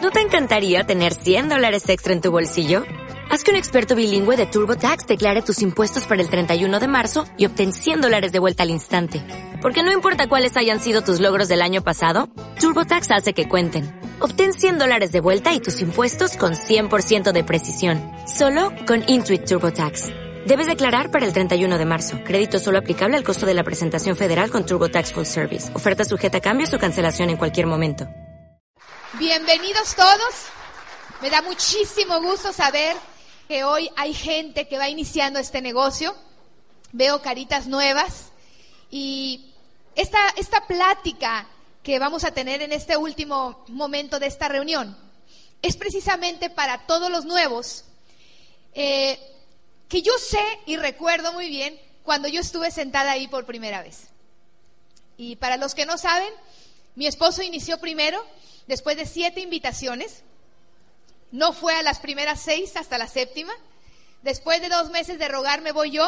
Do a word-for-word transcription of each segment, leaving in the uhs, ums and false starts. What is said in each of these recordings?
¿No te encantaría tener cien dólares extra en tu bolsillo? Haz que un experto bilingüe de TurboTax declare tus impuestos para el treinta y uno de marzo y obtén cien dólares de vuelta al instante. Porque no importa cuáles hayan sido tus logros del año pasado, TurboTax hace que cuenten. Obtén cien dólares de vuelta y tus impuestos con cien por ciento de precisión. Solo con Intuit TurboTax. Debes declarar para el treinta y uno de marzo. Crédito solo aplicable al costo de la presentación federal con TurboTax Full Service. Oferta sujeta a cambios o cancelación en cualquier momento. Bienvenidos todos. Me da muchísimo gusto saber que hoy hay gente que va iniciando este negocio. Veo caritas nuevas y esta, esta plática que vamos a tener en este último momento de esta reunión es precisamente para todos los nuevos, eh, que yo sé y recuerdo muy bien cuando yo estuve sentada ahí por primera vez. Y para los que no saben, mi esposo inició primero, después de siete invitaciones. No fue a las primeras seis, hasta la séptima. Después de dos meses de rogar me voy yo.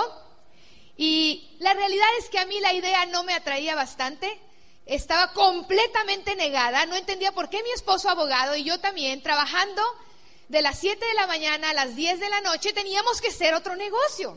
Y la realidad es que a mí la idea no me atraía bastante. Estaba completamente negada. No entendía por qué mi esposo abogado y yo también, trabajando de las siete de la mañana a las diez de la noche, teníamos que hacer otro negocio.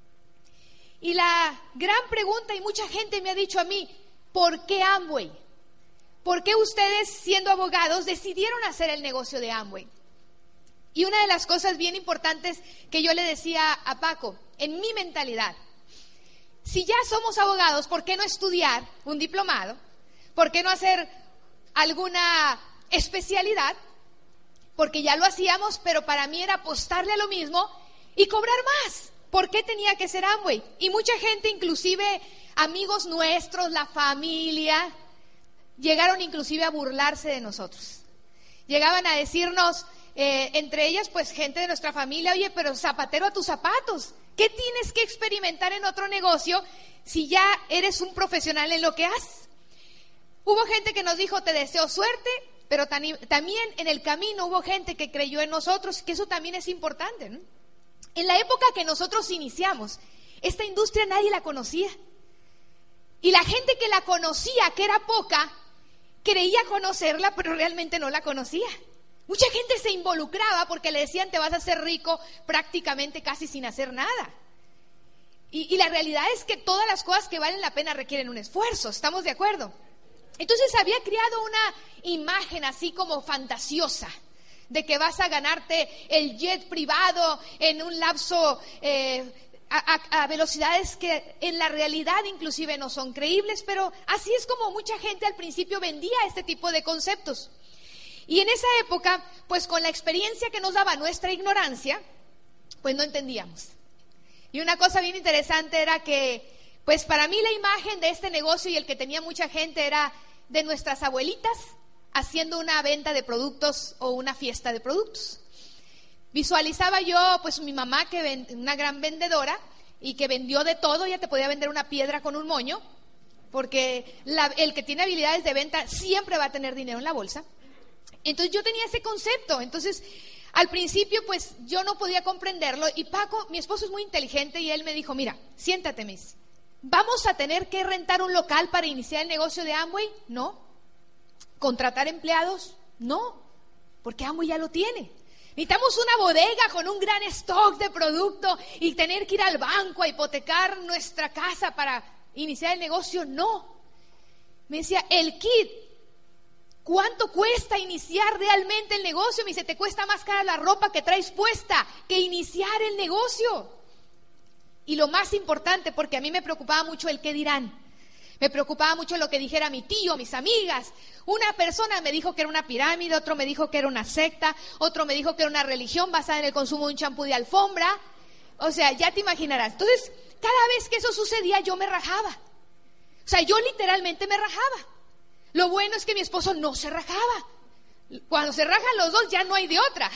Y la gran pregunta, y mucha gente me ha dicho a mí, ¿por qué Amway? ¿Por qué ustedes, siendo abogados, decidieron hacer el negocio de Amway? Y una de las cosas bien importantes que yo le decía a Paco, en mi mentalidad, si ya somos abogados, ¿por qué no estudiar un diplomado? ¿Por qué no hacer alguna especialidad? Porque ya lo hacíamos, pero para mí era apostarle a lo mismo y cobrar más. ¿Por qué tenía que ser Amway? Y mucha gente, inclusive amigos nuestros, la familia, llegaron inclusive a burlarse de nosotros. Llegaban a decirnos, eh, entre ellas pues gente de nuestra familia, oye, pero zapatero a tus zapatos, ¿qué tienes que experimentar en otro negocio si ya eres un profesional en lo que haces? Hubo gente que nos dijo, te deseo suerte, pero también en el camino hubo gente que creyó en nosotros, que eso también es importante, ¿no? En la época que nosotros iniciamos, esta industria nadie la conocía. Y la gente que la conocía, que era poca, creía conocerla, pero realmente no la conocía. Mucha gente se involucraba porque le decían, te vas a hacer rico prácticamente casi sin hacer nada. Y, y la realidad es que todas las cosas que valen la pena requieren un esfuerzo, ¿estamos de acuerdo? Entonces había creado una imagen así como fantasiosa, de que vas a ganarte el jet privado en un lapso eh, a, a, a velocidades que en la realidad inclusive no son creíbles, pero así es como mucha gente al principio vendía este tipo de conceptos. Y en esa época, pues con la experiencia que nos daba nuestra ignorancia, pues no entendíamos. Y una cosa bien interesante era que, pues para mí la imagen de este negocio y el que tenía mucha gente era de nuestras abuelitas haciendo una venta de productos o una fiesta de productos. Visualizaba yo, pues mi mamá, que ven, una gran vendedora y que vendió de todo. Ella te podía vender una piedra con un moño, porque la, el que tiene habilidades de venta siempre va a tener dinero en la bolsa. Entonces yo tenía ese concepto. Entonces al principio pues yo no podía comprenderlo, y Paco, mi esposo, es muy inteligente y él me dijo, mira, siéntate, Miss, ¿vamos a tener que rentar un local para iniciar el negocio de Amway? No. ¿Contratar empleados? No, porque Amway ya lo tiene. ¿Necesitamos una bodega con un gran stock de producto y tener que ir al banco a hipotecar nuestra casa para iniciar el negocio? No. Me decía, el kit, ¿cuánto cuesta iniciar realmente el negocio? Me dice, te cuesta más cara la ropa que traes puesta que iniciar el negocio. Y lo más importante, porque a mí me preocupaba mucho el qué dirán. Me preocupaba mucho lo que dijera mi tío, mis amigas. Una persona me dijo que era una pirámide, otro me dijo que era una secta, otro me dijo que era una religión basada en el consumo de un champú de alfombra. O sea, ya te imaginarás. Entonces, cada vez que eso sucedía, yo me rajaba. O sea, yo literalmente me rajaba. Lo bueno es que mi esposo no se rajaba. Cuando se rajan los dos, ya no hay de otra.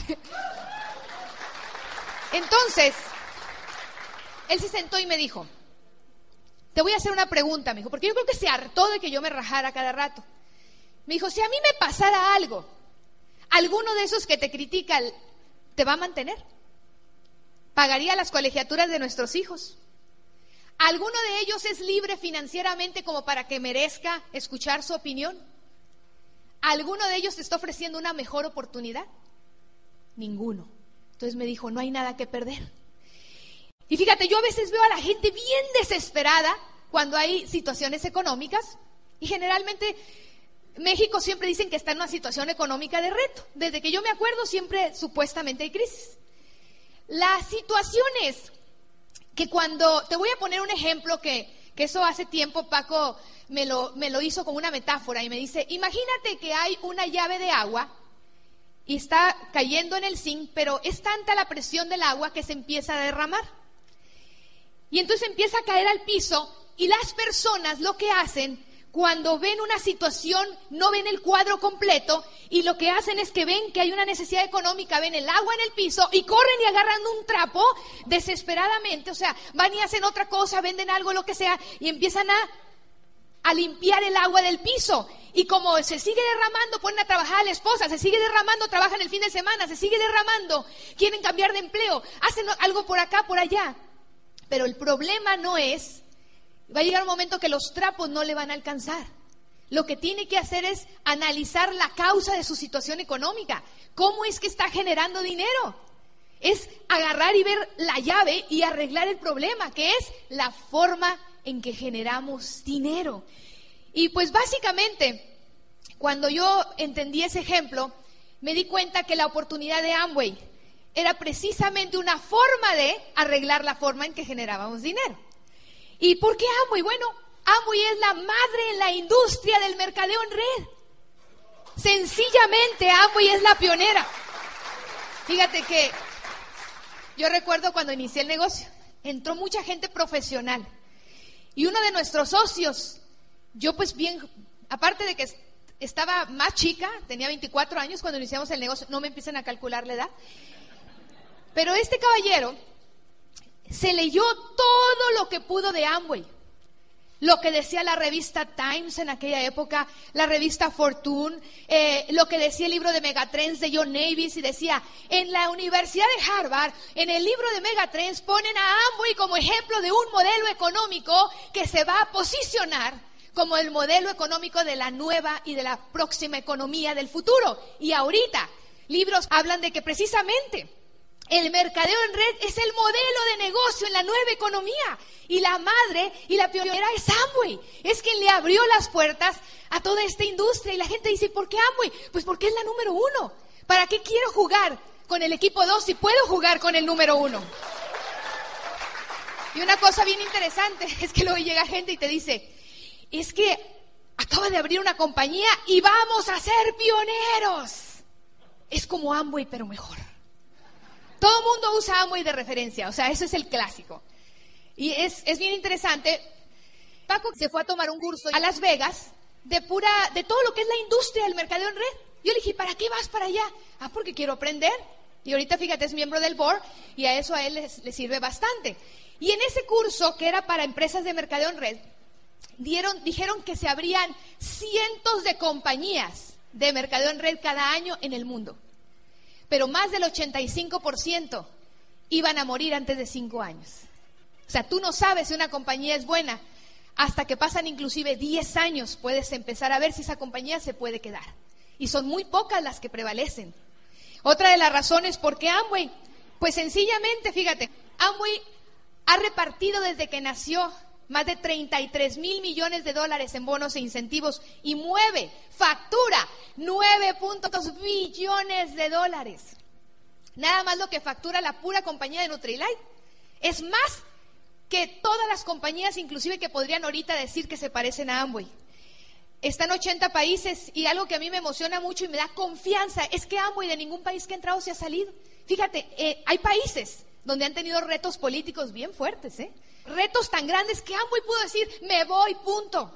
Entonces, él se sentó y me dijo, te voy a hacer una pregunta, me dijo, porque yo creo que se hartó de que yo me rajara cada rato. Me dijo, si a mí me pasara algo, ¿alguno de esos que te critican te va a mantener? ¿Pagaría las colegiaturas de nuestros hijos? ¿Alguno de ellos es libre financieramente como para que merezca escuchar su opinión? ¿alguno de ellos te está ofreciendo una mejor oportunidad? Ninguno. Entonces me dijo, no hay nada que perder. Y fíjate, yo a veces veo a la gente bien desesperada cuando hay situaciones económicas, y generalmente México siempre dicen que está en una situación económica de reto. Desde que yo me acuerdo siempre supuestamente hay crisis. La situación es que cuando, te voy a poner un ejemplo que, que eso hace tiempo Paco me lo, me lo hizo como una metáfora y me dice, imagínate que hay una llave de agua y está cayendo en el zinc, pero es tanta la presión del agua que se empieza a derramar. Y entonces empieza a caer al piso, y las personas lo que hacen cuando ven una situación, no ven el cuadro completo, y lo que hacen es que ven que hay una necesidad económica, ven el agua en el piso y corren y agarran un trapo desesperadamente, o sea, van y hacen otra cosa, venden algo, lo que sea, y empiezan a, a limpiar el agua del piso. Y como se sigue derramando, ponen a trabajar a la esposa, se sigue derramando, trabajan el fin de semana, se sigue derramando, quieren cambiar de empleo, hacen algo por acá, por allá. Pero el problema no es, va a llegar un momento que los trapos no le van a alcanzar. Lo que tiene que hacer es analizar la causa de su situación económica. ¿Cómo es que está generando dinero? Es agarrar y ver la llave y arreglar el problema, que es la forma en que generamos dinero. Y pues básicamente, cuando yo entendí ese ejemplo, me di cuenta que la oportunidad de Amway era precisamente una forma de arreglar la forma en que generábamos dinero. ¿Y por qué Amway? Bueno, Amway es la madre en la industria del mercadeo en red. Sencillamente, Amway es la pionera. Fíjate que yo recuerdo cuando inicié el negocio, entró mucha gente profesional. Y uno de nuestros socios, yo pues bien, aparte de que estaba más chica, tenía veinticuatro años cuando iniciamos el negocio, no me empiecen a calcular la edad. Pero este caballero se leyó todo lo que pudo de Amway, lo que decía la revista Times en aquella época, la revista Fortune, eh, lo que decía el libro de Megatrends de John Navis, y decía, en la Universidad de Harvard, en el libro de Megatrends ponen a Amway como ejemplo de un modelo económico que se va a posicionar como el modelo económico de la nueva y de la próxima economía del futuro. Y ahorita, libros hablan de que precisamente el mercadeo en red es el modelo de negocio en la nueva economía, y la madre y la pionera es Amway, es quien le abrió las puertas a toda esta industria. Y la gente dice, ¿por qué Amway? Pues porque es la número uno. ¿Para qué quiero jugar con el equipo dos si puedo jugar con el número uno? Y una cosa bien interesante es que luego llega gente y te dice, es que acaba de abrir una compañía y vamos a ser pioneros. Es como Amway, pero mejor. Todo el mundo usa Amway de referencia, o sea, eso es el clásico. Y es, es bien interesante. Paco se fue a tomar un curso a Las Vegas de pura, de todo lo que es la industria del mercadeo en red. Yo le dije, ¿para qué vas para allá? Ah, porque quiero aprender. Y ahorita, fíjate, es miembro del board y a eso a él les, les sirve bastante. Y en ese curso, que era para empresas de mercadeo en red, dieron, dijeron que se abrían cientos de compañías de mercadeo en red cada año en el mundo. Pero más del ochenta y cinco por ciento iban a morir antes de cinco años. O sea, tú no sabes si una compañía es buena hasta que pasan inclusive diez años, puedes empezar a ver si esa compañía se puede quedar. Y son muy pocas las que prevalecen. Otra de las razones por qué Amway, pues sencillamente, fíjate, Amway ha repartido desde que nació más de treinta y tres mil millones de dólares en bonos e incentivos y mueve, factura nueve punto dos billones de dólares. Nada más lo que factura la pura compañía de Nutrilite. Es más que todas las compañías, inclusive que podrían ahorita decir que se parecen a Amway. Está en ochenta países, y algo que a mí me emociona mucho y me da confianza es que Amway de ningún país que ha entrado se ha salido. Fíjate, eh, hay países donde han tenido retos políticos bien fuertes, ¿eh? Retos tan grandes que Amway pudo decir, me voy, punto.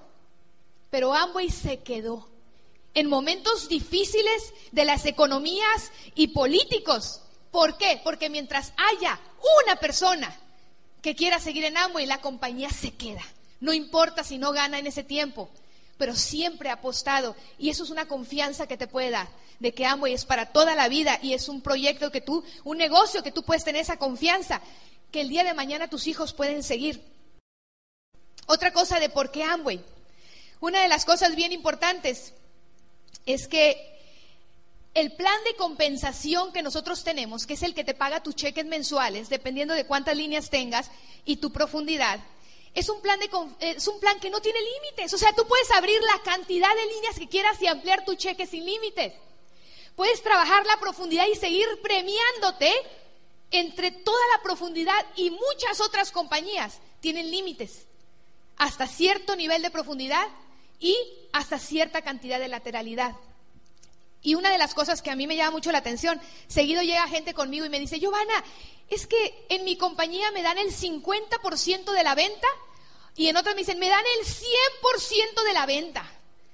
Pero Amway se quedó. En momentos difíciles de las economías y políticos. ¿Por qué? Porque mientras haya una persona que quiera seguir en Amway, la compañía se queda. No importa si no gana en ese tiempo, pero siempre ha apostado. Y eso es una confianza que te puede dar, de que Amway es para toda la vida y es un proyecto que tú, un negocio que tú puedes tener esa confianza, que el día de mañana tus hijos pueden seguir. Otra cosa de por qué Amway. Una de las cosas bien importantes es que el plan de compensación que nosotros tenemos, que es el que te paga tus cheques mensuales, dependiendo de cuántas líneas tengas y tu profundidad, es un plan de es un plan que no tiene límites. O sea, tú puedes abrir la cantidad de líneas que quieras y ampliar tu cheque sin límites. Puedes trabajar la profundidad y seguir premiándote. Entre toda la profundidad y muchas otras compañías tienen límites, hasta cierto nivel de profundidad y hasta cierta cantidad de lateralidad. Y una de las cosas que a mí me llama mucho la atención, seguido llega gente conmigo y me dice: Giovanna, es que en mi compañía me dan el cincuenta por ciento de la venta, y en otras me dicen, me dan el cien por ciento de la venta.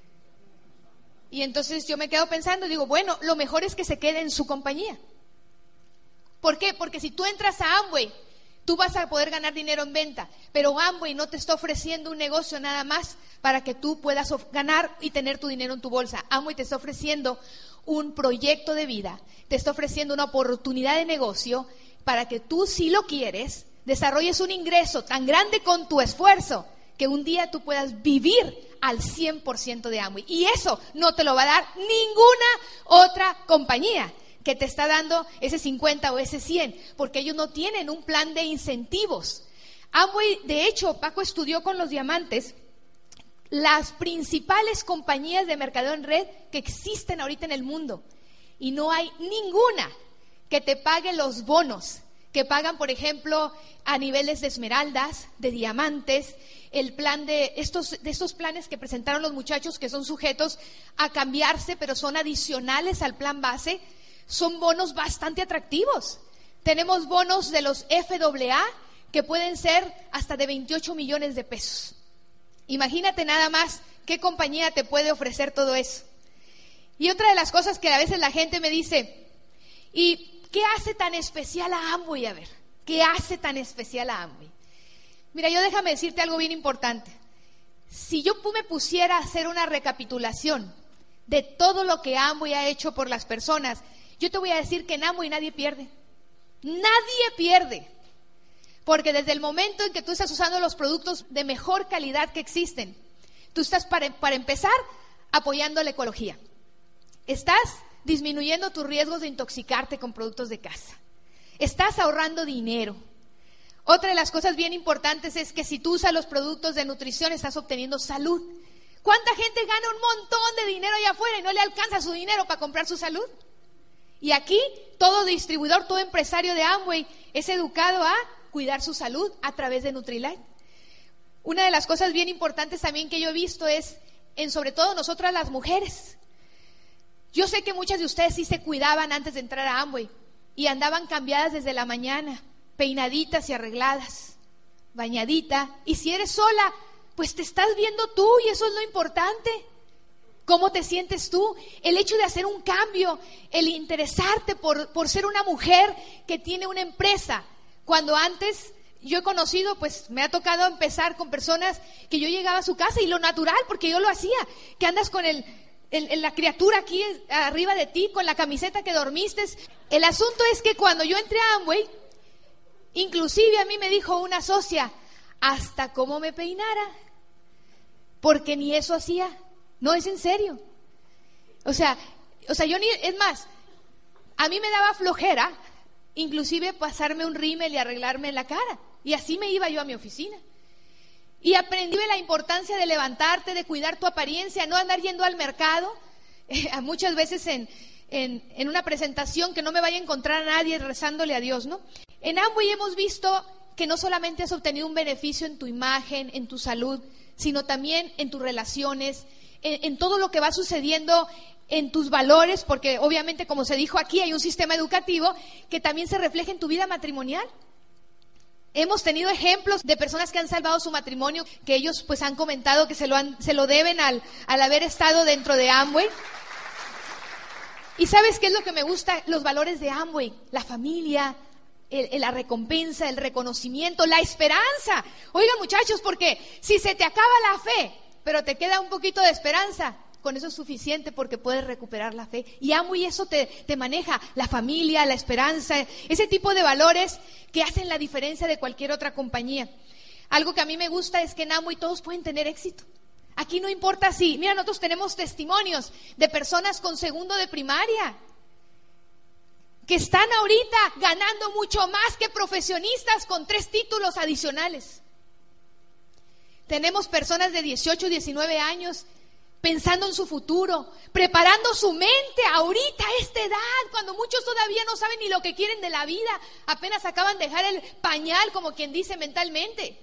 Y entonces yo me quedo pensando y digo, bueno, lo mejor es que se quede en su compañía. ¿Por qué? Porque si tú entras a Amway, tú vas a poder ganar dinero en venta, pero Amway no te está ofreciendo un negocio nada más para que tú puedas ganar y tener tu dinero en tu bolsa. Amway te está ofreciendo un proyecto de vida, te está ofreciendo una oportunidad de negocio para que tú, si lo quieres, desarrolles un ingreso tan grande con tu esfuerzo que un día tú puedas vivir al cien por ciento de Amway. Y eso no te lo va a dar ninguna otra compañía que te está dando ese cincuenta o ese cien, porque ellos no tienen un plan de incentivos. Amway, de hecho, Paco estudió con los diamantes las principales compañías de mercadeo en red que existen ahorita en el mundo, y no hay ninguna que te pague los bonos que pagan, por ejemplo, a niveles de esmeraldas, de diamantes, el plan de estos, de estos planes que presentaron los muchachos, que son sujetos a cambiarse, pero son adicionales al plan base. Son bonos bastante atractivos. Tenemos bonos de los F A A que pueden ser hasta de veintiocho millones de pesos. Imagínate nada más qué compañía te puede ofrecer todo eso. Y otra de las cosas que a veces la gente me dice, ¿y qué hace tan especial a Amway? A ver, ¿qué hace tan especial a Amway? Mira, yo déjame decirte algo bien importante. Si yo me pusiera a hacer una recapitulación de todo lo que Amway ha hecho por las personas, yo te voy a decir que en Amway nadie pierde. Nadie pierde. Porque desde el momento en que tú estás usando los productos de mejor calidad que existen, tú estás, para, para empezar, apoyando la ecología. Estás disminuyendo tus riesgos de intoxicarte con productos de casa. Estás ahorrando dinero. Otra de las cosas bien importantes es que si tú usas los productos de nutrición, estás obteniendo salud. ¿Cuánta gente gana un montón de dinero allá afuera y no le alcanza su dinero para comprar su salud? Y aquí todo distribuidor, todo empresario de Amway es educado a cuidar su salud a través de Nutrilite. Una de las cosas bien importantes también que yo he visto es, en sobre todo nosotras las mujeres. Yo sé que muchas de ustedes sí se cuidaban antes de entrar a Amway y andaban cambiadas desde la mañana, peinaditas y arregladas, bañadita. Y si eres sola, pues te estás viendo tú, y eso es lo importante. ¿Cómo te sientes tú? El hecho de hacer un cambio, el interesarte por, por ser una mujer que tiene una empresa. Cuando antes yo he conocido, pues me ha tocado empezar con personas que yo llegaba a su casa y lo natural, porque yo lo hacía, que andas con el, el, el, la criatura aquí arriba de ti, con la camiseta que dormiste. El asunto es que cuando yo entré a Amway, inclusive a mí me dijo una socia, hasta cómo me peinara, porque ni eso hacía. No, es en serio. O sea, o sea, yo ni, es más, a mí me daba flojera, inclusive pasarme un rímel y arreglarme la cara. Y así me iba yo a mi oficina. Y aprendí la importancia de levantarte, de cuidar tu apariencia, no andar yendo al mercado, eh, muchas veces en, en, en una presentación que no me vaya a encontrar a nadie rezándole a Dios, ¿no? En Amway hemos visto que no solamente has obtenido un beneficio en tu imagen, en tu salud, sino también en tus relaciones, En, en todo lo que va sucediendo en tus valores, porque obviamente, como se dijo aquí, hay un sistema educativo que también se refleja en tu vida matrimonial. Hemos tenido ejemplos de personas que han salvado su matrimonio, que ellos pues han comentado que se lo, han, se lo deben al, al haber estado dentro de Amway. ¿Y sabes qué es lo que me gusta? Los valores de Amway, la familia, el, el, la recompensa, el reconocimiento, la esperanza. Oigan, muchachos, porque si se te acaba la fe, pero te queda un poquito de esperanza, con eso es suficiente, porque puedes recuperar la fe. Y Amway eso te, te maneja, la familia, la esperanza, ese tipo de valores que hacen la diferencia de cualquier otra compañía. Algo que a mí me gusta es que en Amway todos pueden tener éxito. Aquí no importa si, mira, nosotros tenemos testimonios de personas con segundo de primaria que están ahorita ganando mucho más que profesionistas con tres títulos adicionales. Tenemos personas de dieciocho, diecinueve años pensando en su futuro, preparando su mente ahorita a esta edad, cuando muchos todavía no saben ni lo que quieren de la vida, apenas acaban de dejar el pañal, como quien dice, mentalmente.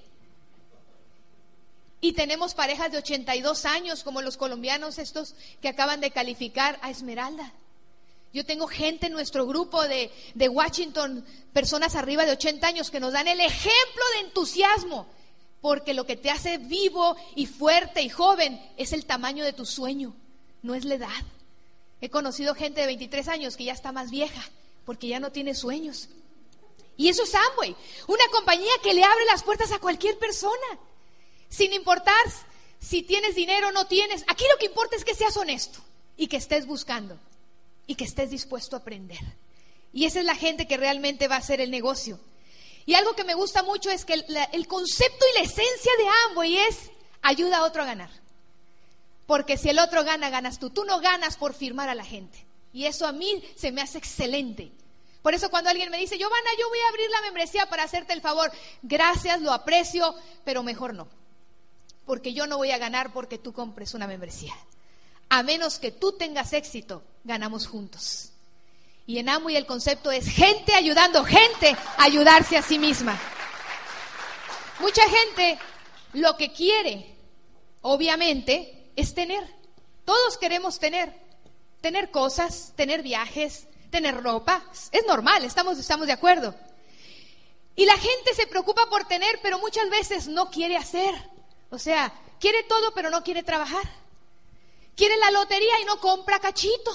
Y tenemos parejas de ochenta y dos años, como los colombianos estos que acaban de calificar a Esmeralda. Yo tengo gente en nuestro grupo de, de Washington, personas arriba de ochenta años, que nos dan el ejemplo de entusiasmo, porque lo que te hace vivo y fuerte y joven es el tamaño de tu sueño, no es la edad. He conocido gente de veintitrés años que ya está más vieja, porque ya no tiene sueños. Y eso es Amway, una compañía que le abre las puertas a cualquier persona, sin importar si tienes dinero o no tienes. Aquí lo que importa es que seas honesto y que estés buscando y que estés dispuesto a aprender. Y esa es la gente que realmente va a hacer el negocio. Y algo que me gusta mucho es que el, la, el concepto y la esencia de Amway es ayuda a otro a ganar. Porque si el otro gana, ganas tú. Tú no ganas por firmar a la gente. Y eso a mí se me hace excelente. Por eso cuando alguien me dice, Giovanna, yo voy a abrir la membresía para hacerte el favor, gracias, lo aprecio, pero mejor no. Porque yo no voy a ganar porque tú compres una membresía. A menos que tú tengas éxito, ganamos juntos. Y en Amway el concepto es gente ayudando, gente a ayudarse a sí misma. Mucha gente lo que quiere, obviamente, es tener. Todos queremos tener. Tener cosas, tener viajes, tener ropa. Es normal, estamos, estamos de acuerdo. Y la gente se preocupa por tener, pero muchas veces no quiere hacer. O sea, quiere todo, pero no quiere trabajar. Quiere la lotería y no compra cachito.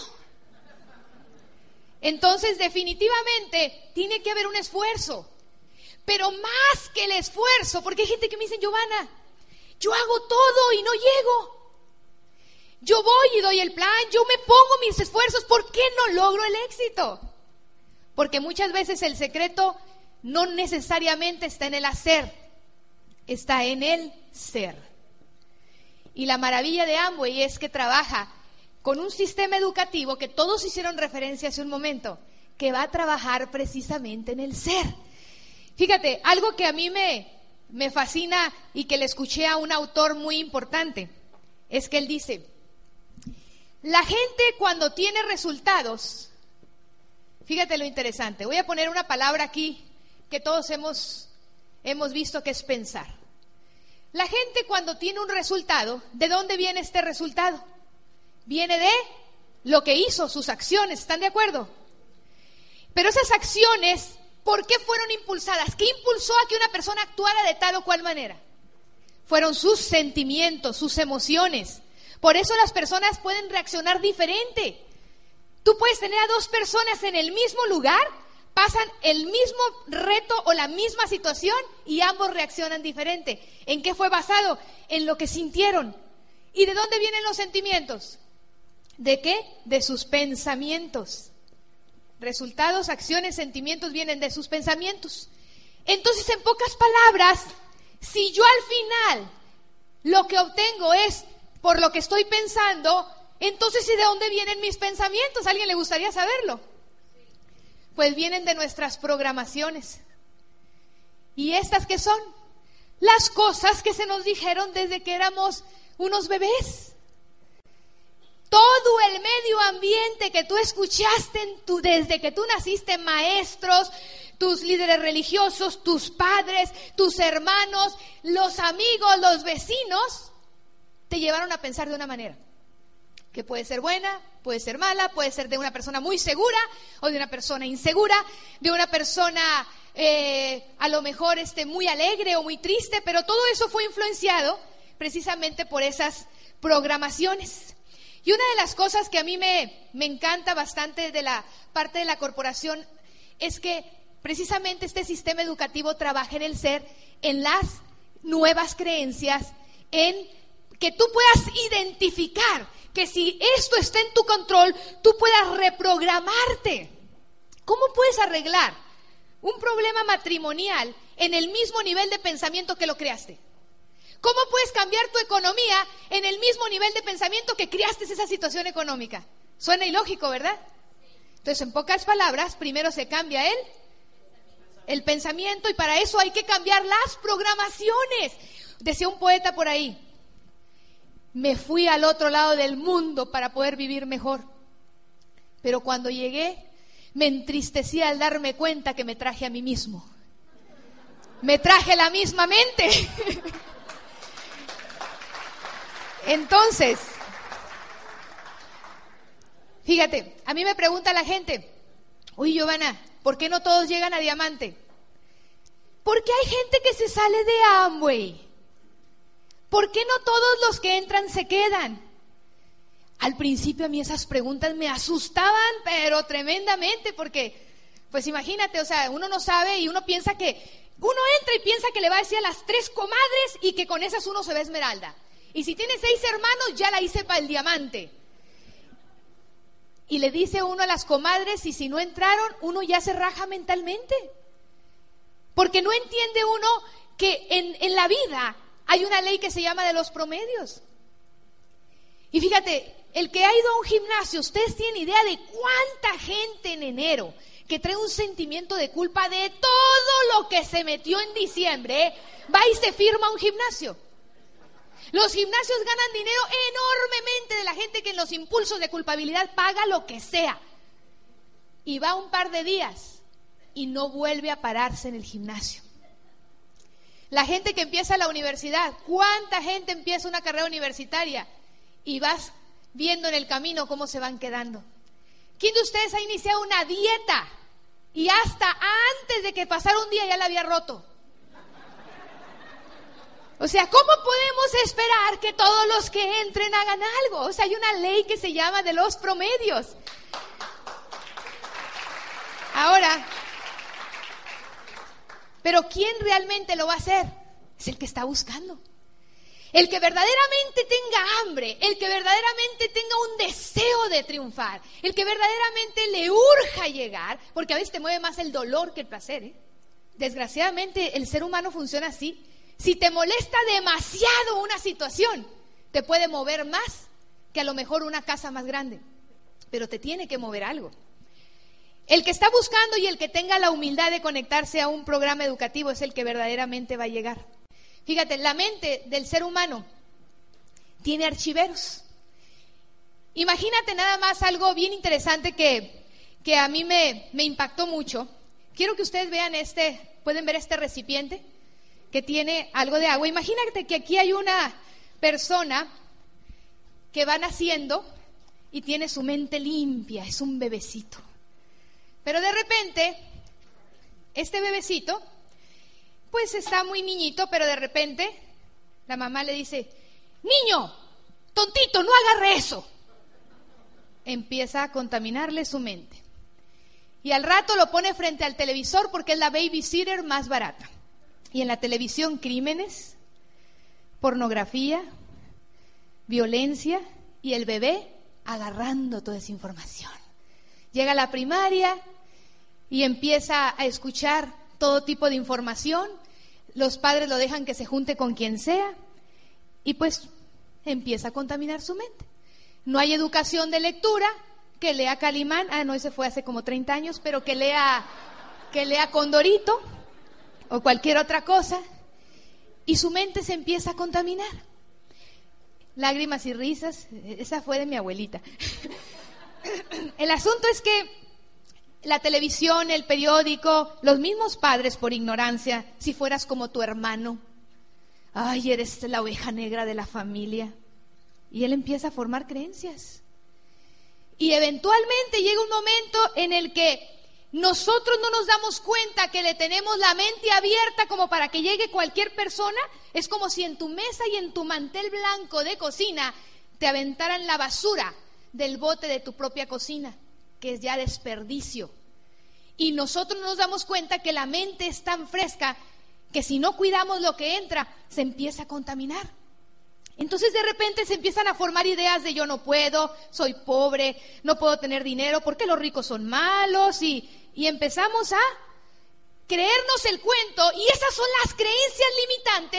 Entonces, definitivamente, tiene que haber un esfuerzo. Pero más que el esfuerzo, porque hay gente que me dice, Giovanna, yo hago todo y no llego. Yo voy y doy el plan, yo me pongo mis esfuerzos, ¿por qué no logro el éxito? Porque muchas veces el secreto no necesariamente está en el hacer, está en el ser. Y la maravilla de Amway es que trabaja con un sistema educativo que todos hicieron referencia hace un momento, que va a trabajar precisamente en el ser. Fíjate, algo que a mí me, me fascina y que le escuché a un autor muy importante, es que él dice, la gente cuando tiene resultados, fíjate lo interesante, voy a poner una palabra aquí que todos hemos, hemos visto que es pensar. La gente cuando tiene un resultado, ¿de dónde viene este resultado? Viene de lo que hizo, sus acciones, ¿están de acuerdo? Pero esas acciones, ¿por qué fueron impulsadas? ¿Qué impulsó a que una persona actuara de tal o cual manera? Fueron sus sentimientos, sus emociones. Por eso las personas pueden reaccionar diferente. Tú puedes tener a dos personas en el mismo lugar, pasan el mismo reto o la misma situación y ambos reaccionan diferente. ¿En qué fue basado? En lo que sintieron. ¿Y de dónde vienen los sentimientos? ¿De qué? De sus pensamientos. Resultados, acciones, sentimientos vienen de sus pensamientos. Entonces, en pocas palabras, si yo al final lo que obtengo es por lo que estoy pensando, entonces ¿y de dónde vienen mis pensamientos? ¿A alguien le gustaría saberlo? Pues vienen de nuestras programaciones. ¿Y estas qué son? Las cosas que se nos dijeron desde que éramos unos bebés. Todo el medio ambiente que tú escuchaste en tu, desde que tú naciste, maestros, tus líderes religiosos, tus padres, tus hermanos, los amigos, los vecinos, te llevaron a pensar de una manera que puede ser buena, puede ser mala, puede ser de una persona muy segura o de una persona insegura, de una persona eh, a lo mejor este, muy alegre o muy triste, pero todo eso fue influenciado precisamente por esas programaciones. Y una de las cosas que a mí me, me encanta bastante de la parte de la corporación es que precisamente este sistema educativo trabaja en el ser, en las nuevas creencias, en que tú puedas identificar que si esto está en tu control, tú puedas reprogramarte. ¿Cómo puedes arreglar un problema matrimonial en el mismo nivel de pensamiento que lo creaste? ¿Cómo puedes cambiar tu economía en el mismo nivel de pensamiento que creaste esa situación económica? Suena ilógico, ¿verdad? Entonces, en pocas palabras, primero se cambia el, el pensamiento, y para eso hay que cambiar las programaciones. Decía un poeta por ahí: me fui al otro lado del mundo para poder vivir mejor, pero cuando llegué me entristecí al darme cuenta que me traje a mí mismo. Me traje la misma mente. Entonces, fíjate, a mí me pregunta la gente: uy, Giovanna, ¿por qué no todos llegan a diamante? Porque hay gente que se sale de Amway. ¿Por qué no todos los que entran se quedan? Al principio a mí esas preguntas me asustaban, pero tremendamente, porque, pues imagínate, o sea, uno no sabe y uno piensa que, uno entra y piensa que le va a decir a las tres comadres y que con esas uno se ve esmeralda. Y si tiene seis hermanos, ya la hice para el diamante. Y le dice uno a las comadres, y si no entraron, uno ya se raja mentalmente. Porque no entiende uno que en, en la vida hay una ley que se llama de los promedios. Y fíjate, el que ha ido a un gimnasio, ustedes tienen idea de cuánta gente en enero que trae un sentimiento de culpa de todo lo que se metió en diciembre, ¿eh? Va y se firma a un gimnasio. Los gimnasios ganan dinero enormemente de la gente que en los impulsos de culpabilidad paga lo que sea. Y va un par de días y no vuelve a pararse en el gimnasio. La gente que empieza la universidad, ¿cuánta gente empieza una carrera universitaria? Y vas viendo en el camino cómo se van quedando. ¿Quién de ustedes ha iniciado una dieta y hasta antes de que pasara un día ya la había roto? O sea, ¿cómo podemos esperar que todos los que entren hagan algo? O sea, hay una ley que se llama de los promedios. Ahora, pero ¿quién realmente lo va a hacer? Es el que está buscando. El que verdaderamente tenga hambre, el que verdaderamente tenga un deseo de triunfar, el que verdaderamente le urja llegar, porque a veces te mueve más el dolor que el placer, ¿eh? Desgraciadamente el ser humano funciona así. Si te molesta demasiado una situación, te puede mover más que a lo mejor una casa más grande, pero te tiene que mover algo. El que está buscando y el que tenga la humildad de conectarse a un programa educativo es el que verdaderamente va a llegar. Fíjate, la mente del ser humano tiene archiveros. Imagínate nada más algo bien interesante que, que a mí me, me impactó mucho. Quiero que ustedes vean este, pueden ver este recipiente que tiene algo de agua. Imagínate que aquí hay una persona que va naciendo y tiene su mente limpia, es un bebecito. Pero de repente, este bebecito, pues está muy niñito, pero de repente la mamá le dice: niño, tontito, no agarre eso. Empieza a contaminarle su mente. Y al rato lo pone frente al televisor porque es la babysitter más barata. Y en la televisión, crímenes, pornografía, violencia, y el bebé agarrando toda esa información. Llega a la primaria y empieza a escuchar todo tipo de información. Los padres lo dejan que se junte con quien sea y pues empieza a contaminar su mente. No hay educación de lectura, que lea Calimán, ah no, ese fue hace como treinta años, pero que lea, que lea Condorito o cualquier otra cosa, y su mente se empieza a contaminar. Lágrimas y risas, esa fue de mi abuelita. El asunto es que la televisión, el periódico, los mismos padres por ignorancia, si fueras como tu hermano, ay, eres la oveja negra de la familia, y él empieza a formar creencias. Y eventualmente llega un momento en el que nosotros no nos damos cuenta que le tenemos la mente abierta como para que llegue cualquier persona. Es como si en tu mesa y en tu mantel blanco de cocina te aventaran la basura del bote de tu propia cocina, que es ya desperdicio. Y nosotros no nos damos cuenta que la mente es tan fresca que si no cuidamos lo que entra, se empieza a contaminar. Entonces de repente se empiezan a formar ideas de yo no puedo, soy pobre, no puedo tener dinero, porque los ricos son malos, y, y empezamos a creernos el cuento, y esas son las creencias limitantes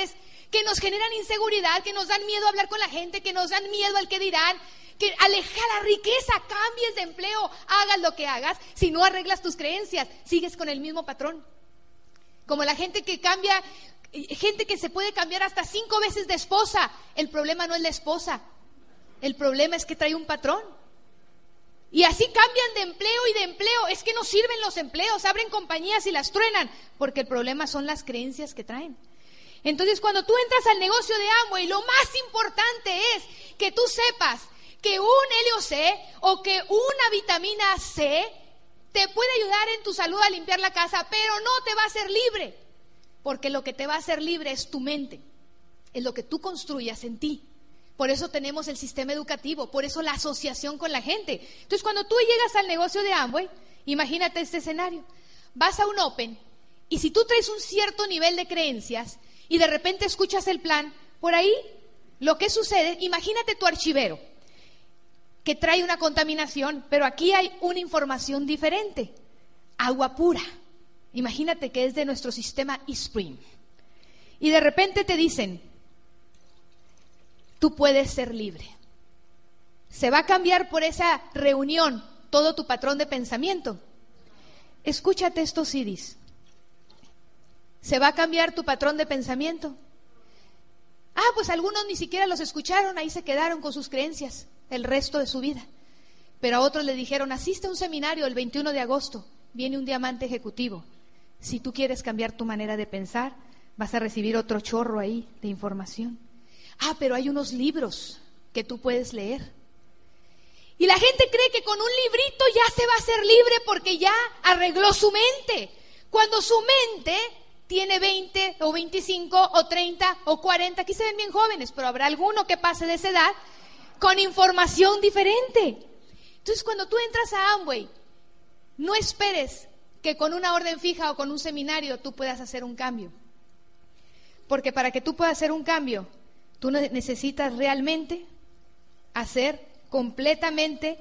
que nos generan inseguridad, que nos dan miedo a hablar con la gente, que nos dan miedo al que dirán, que aleja la riqueza, cambies de empleo, hagas lo que hagas, si no arreglas tus creencias, sigues con el mismo patrón. Como la gente que cambia, gente que se puede cambiar hasta cinco veces de esposa, el problema no es la esposa, el problema es que trae un patrón. Y así cambian de empleo y de empleo, es que no sirven los empleos, abren compañías y las truenan, porque el problema son las creencias que traen. Entonces, cuando tú entras al negocio de Amway, lo más importante es que tú sepas que un helio C o que una vitamina C te puede ayudar en tu salud a limpiar la casa, pero no te va a hacer libre, porque lo que te va a hacer libre es tu mente, es lo que tú construyas en ti. Por eso tenemos el sistema educativo, por eso la asociación con la gente. Entonces, cuando tú llegas al negocio de Amway, imagínate este escenario, vas a un Open y si tú traes un cierto nivel de creencias y de repente escuchas el plan, por ahí lo que sucede, imagínate tu archivero que trae una contaminación, pero aquí hay una información diferente, agua pura. Imagínate que es de nuestro sistema eSpring. Y de repente te dicen, tú puedes ser libre. Se va a cambiar por esa reunión todo tu patrón de pensamiento. Escúchate estos C Ds. ¿Se va a cambiar tu patrón de pensamiento? Ah, pues algunos ni siquiera los escucharon, ahí se quedaron con sus creencias el resto de su vida. Pero a otros le dijeron, asiste a un seminario el veintiuno de agosto, viene un diamante ejecutivo. Si tú quieres cambiar tu manera de pensar, vas a recibir otro chorro ahí de información. Ah, pero hay unos libros que tú puedes leer. Y la gente cree que con un librito ya se va a hacer libre porque ya arregló su mente. Cuando su mente tiene veinte o veinticinco o treinta o cuarenta, aquí se ven bien jóvenes, pero habrá alguno que pase de esa edad con información diferente. Entonces, cuando tú entras a Amway, no esperes que con una orden fija o con un seminario tú puedas hacer un cambio. Porque para que tú puedas hacer un cambio, tú necesitas realmente hacer completamente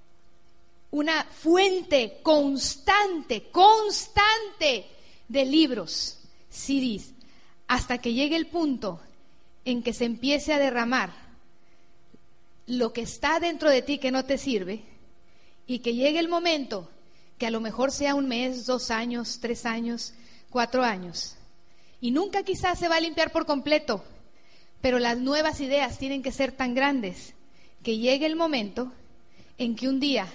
una fuente constante, constante de libros, C Ds, hasta que llegue el punto en que se empiece a derramar lo que está dentro de ti que no te sirve y que llegue el momento que a lo mejor sea un mes, dos años, tres años, cuatro años y nunca quizás se va a limpiar por completo, pero las nuevas ideas tienen que ser tan grandes que llegue el momento en que un día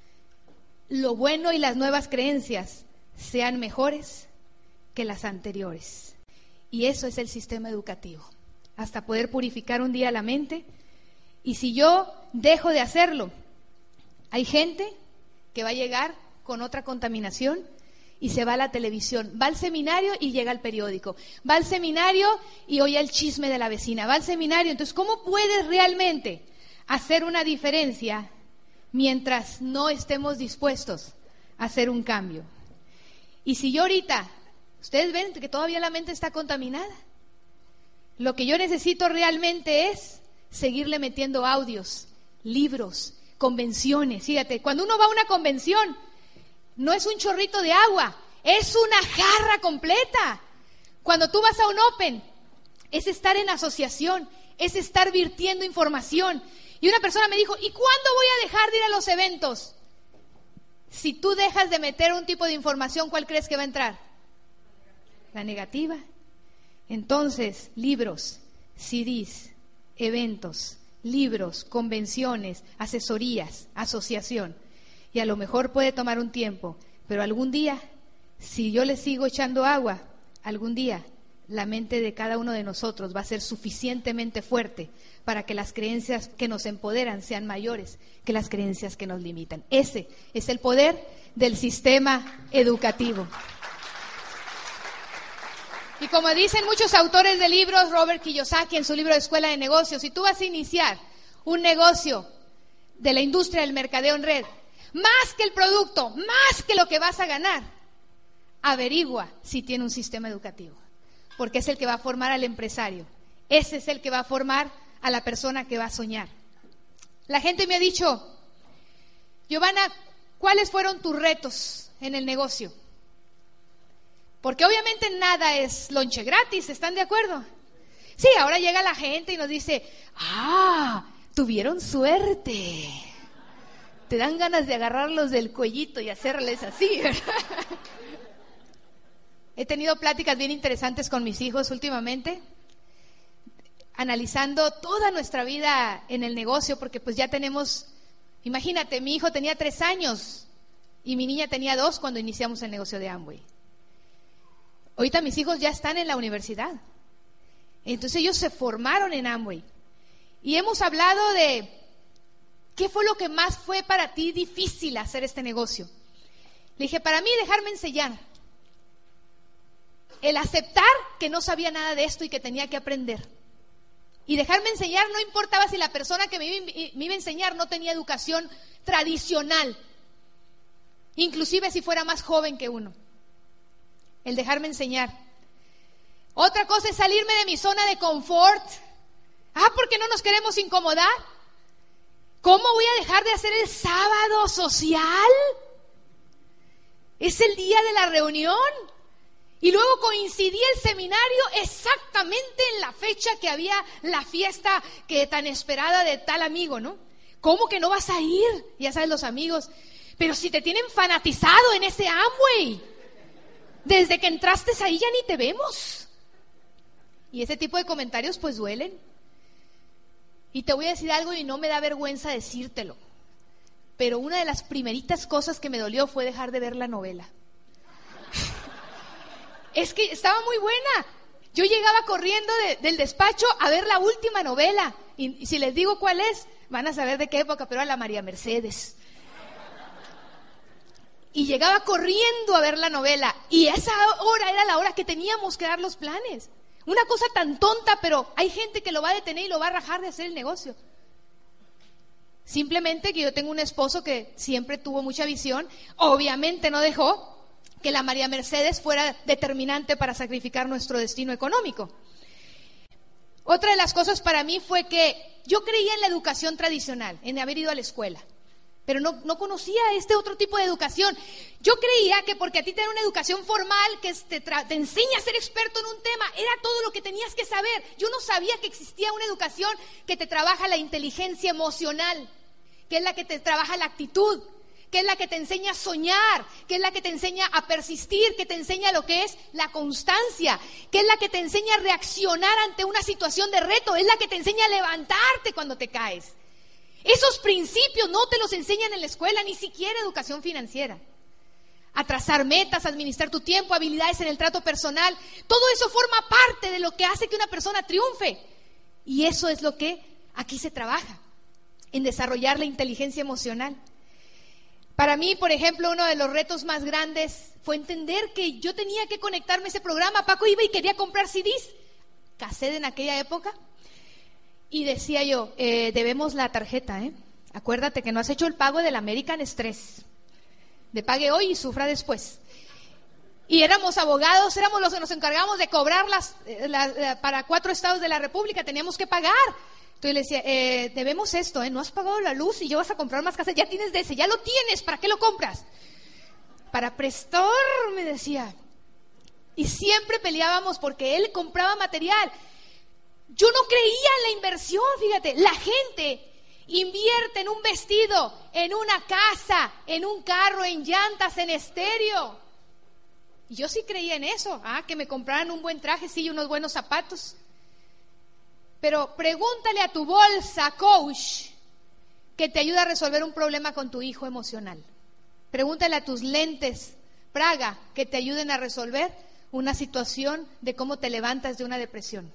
lo bueno y las nuevas creencias sean mejores que las anteriores. Y eso es el sistema educativo, hasta poder purificar un día la mente. Y si yo dejo de hacerlo, hay gente que va a llegar con otra contaminación y se va a la televisión, va al seminario y llega al periódico, va al seminario y oye el chisme de la vecina, va al seminario. Entonces, ¿cómo puedes realmente hacer una diferencia mientras no estemos dispuestos a hacer un cambio? Y si yo ahorita, ustedes ven que todavía la mente está contaminada, lo que yo necesito realmente es seguirle metiendo audios, libros, convenciones. Fíjate, cuando uno va a una convención, no es un chorrito de agua, es una jarra completa. Cuando tú vas a un Open, es estar en asociación, es estar virtiendo información. Y una persona me dijo, ¿y cuándo voy a dejar de ir a los eventos? Si tú dejas de meter un tipo de información, ¿cuál crees que va a entrar? La negativa. Entonces, libros, C Ds, eventos, libros, convenciones, asesorías, asociación. Y a lo mejor puede tomar un tiempo, pero algún día, si yo le sigo echando agua, algún día la mente de cada uno de nosotros va a ser suficientemente fuerte para que las creencias que nos empoderan sean mayores que las creencias que nos limitan. Ese es el poder del sistema educativo. Y como dicen muchos autores de libros, Robert Kiyosaki en su libro de Escuela de Negocios, si tú vas a iniciar un negocio de la industria del mercadeo en red, más que el producto, más que lo que vas a ganar, averigua si tiene un sistema educativo, porque es el que va a formar al empresario, ese es el que va a formar a la persona que va a soñar. La gente me ha dicho, Giovanna, ¿cuáles fueron tus retos en el negocio? Porque obviamente nada es lonche gratis, ¿están de acuerdo? Sí, ahora llega la gente y nos dice, ah, tuvieron suerte. Te dan ganas de agarrarlos del cuellito y hacerles así, ¿verdad? He tenido pláticas bien interesantes con mis hijos últimamente, analizando toda nuestra vida en el negocio, porque pues ya tenemos, imagínate, mi hijo tenía tres años y mi niña tenía dos cuando iniciamos el negocio de Amway. Ahorita mis hijos ya están en la universidad. Entonces ellos se formaron en Amway. Y hemos hablado de qué fue lo que más fue para ti difícil hacer este negocio. Le dije, para mí dejarme enseñar. El aceptar que no sabía nada de esto y que tenía que aprender. Y dejarme enseñar no importaba si la persona que me iba, me iba a enseñar no tenía educación tradicional. Inclusive si fuera más joven que uno. El dejarme enseñar. Otra cosa es salirme de mi zona de confort. Ah, porque no nos queremos incomodar. ¿Cómo voy a dejar de hacer el sábado social? Es el día de la reunión. Y luego coincidí el seminario exactamente en la fecha que había la fiesta que tan esperada de tal amigo, ¿no? ¿Cómo que no vas a ir? Ya sabes, los amigos. Pero si te tienen fanatizado en ese Amway. Desde que entraste ahí ya ni te vemos. Y ese tipo de comentarios pues duelen. Y te voy a decir algo y no me da vergüenza decírtelo. Pero una de las primeritas cosas que me dolió fue dejar de ver la novela. Es que estaba muy buena. Yo llegaba corriendo de, del despacho a ver la última novela. Y, y si les digo cuál es, van a saber de qué época, pero era la María Mercedes. Y llegaba corriendo a ver la novela. Y esa hora era la hora que teníamos que dar los planes. Una cosa tan tonta, pero hay gente que lo va a detener y lo va a rajar de hacer el negocio. Simplemente que yo tengo un esposo que siempre tuvo mucha visión. Obviamente no dejó que la María Mercedes fuera determinante para sacrificar nuestro destino económico. Otra de las cosas para mí fue que yo creía en la educación tradicional, en haber ido a la escuela, pero no, no conocía este otro tipo de educación. Yo creía que porque a ti te dan una educación formal que te, tra- te enseña a ser experto en un tema, era todo lo que tenías que saber. Yo no sabía que existía una educación que te trabaja la inteligencia emocional, que es la que te trabaja la actitud, que es la que te enseña a soñar, que es la que te enseña a persistir, que te enseña lo que es la constancia, que es la que te enseña a reaccionar ante una situación de reto, es la que te enseña a levantarte cuando te caes. Esos principios no te los enseñan en la escuela, ni siquiera educación financiera. A trazar metas, a administrar tu tiempo, habilidades en el trato personal, todo eso forma parte de lo que hace que una persona triunfe. Y eso es lo que aquí se trabaja, en desarrollar la inteligencia emocional. Para mí, por ejemplo, uno de los retos más grandes fue entender que yo tenía que conectarme a ese programa. Paco iba y quería comprar C Ds, cassette en aquella época, y decía yo, eh, debemos la tarjeta, ¿eh? Acuérdate que no has hecho el pago del American Express. De pague hoy y sufra después. Y éramos abogados, éramos los que nos encargábamos de cobrar las, la, la, para cuatro estados de la República, teníamos que pagar. Entonces le decía, eh, debemos esto, ¿eh? No has pagado la luz y ya vas a comprar más casas, ya tienes de ese, ya lo tienes, ¿para qué lo compras? Para prestar, me decía. Y siempre peleábamos porque él compraba material. Yo no creía en la inversión, fíjate, la gente invierte en un vestido, en una casa, en un carro, en llantas, en estéreo. Y yo sí creía en eso, ah, que me compraran un buen traje, sí, y unos buenos zapatos. Pero pregúntale a tu bolsa, coach, que te ayuda a resolver un problema con tu hijo emocional. Pregúntale a tus lentes, Praga, que te ayuden a resolver una situación de cómo te levantas de una depresión.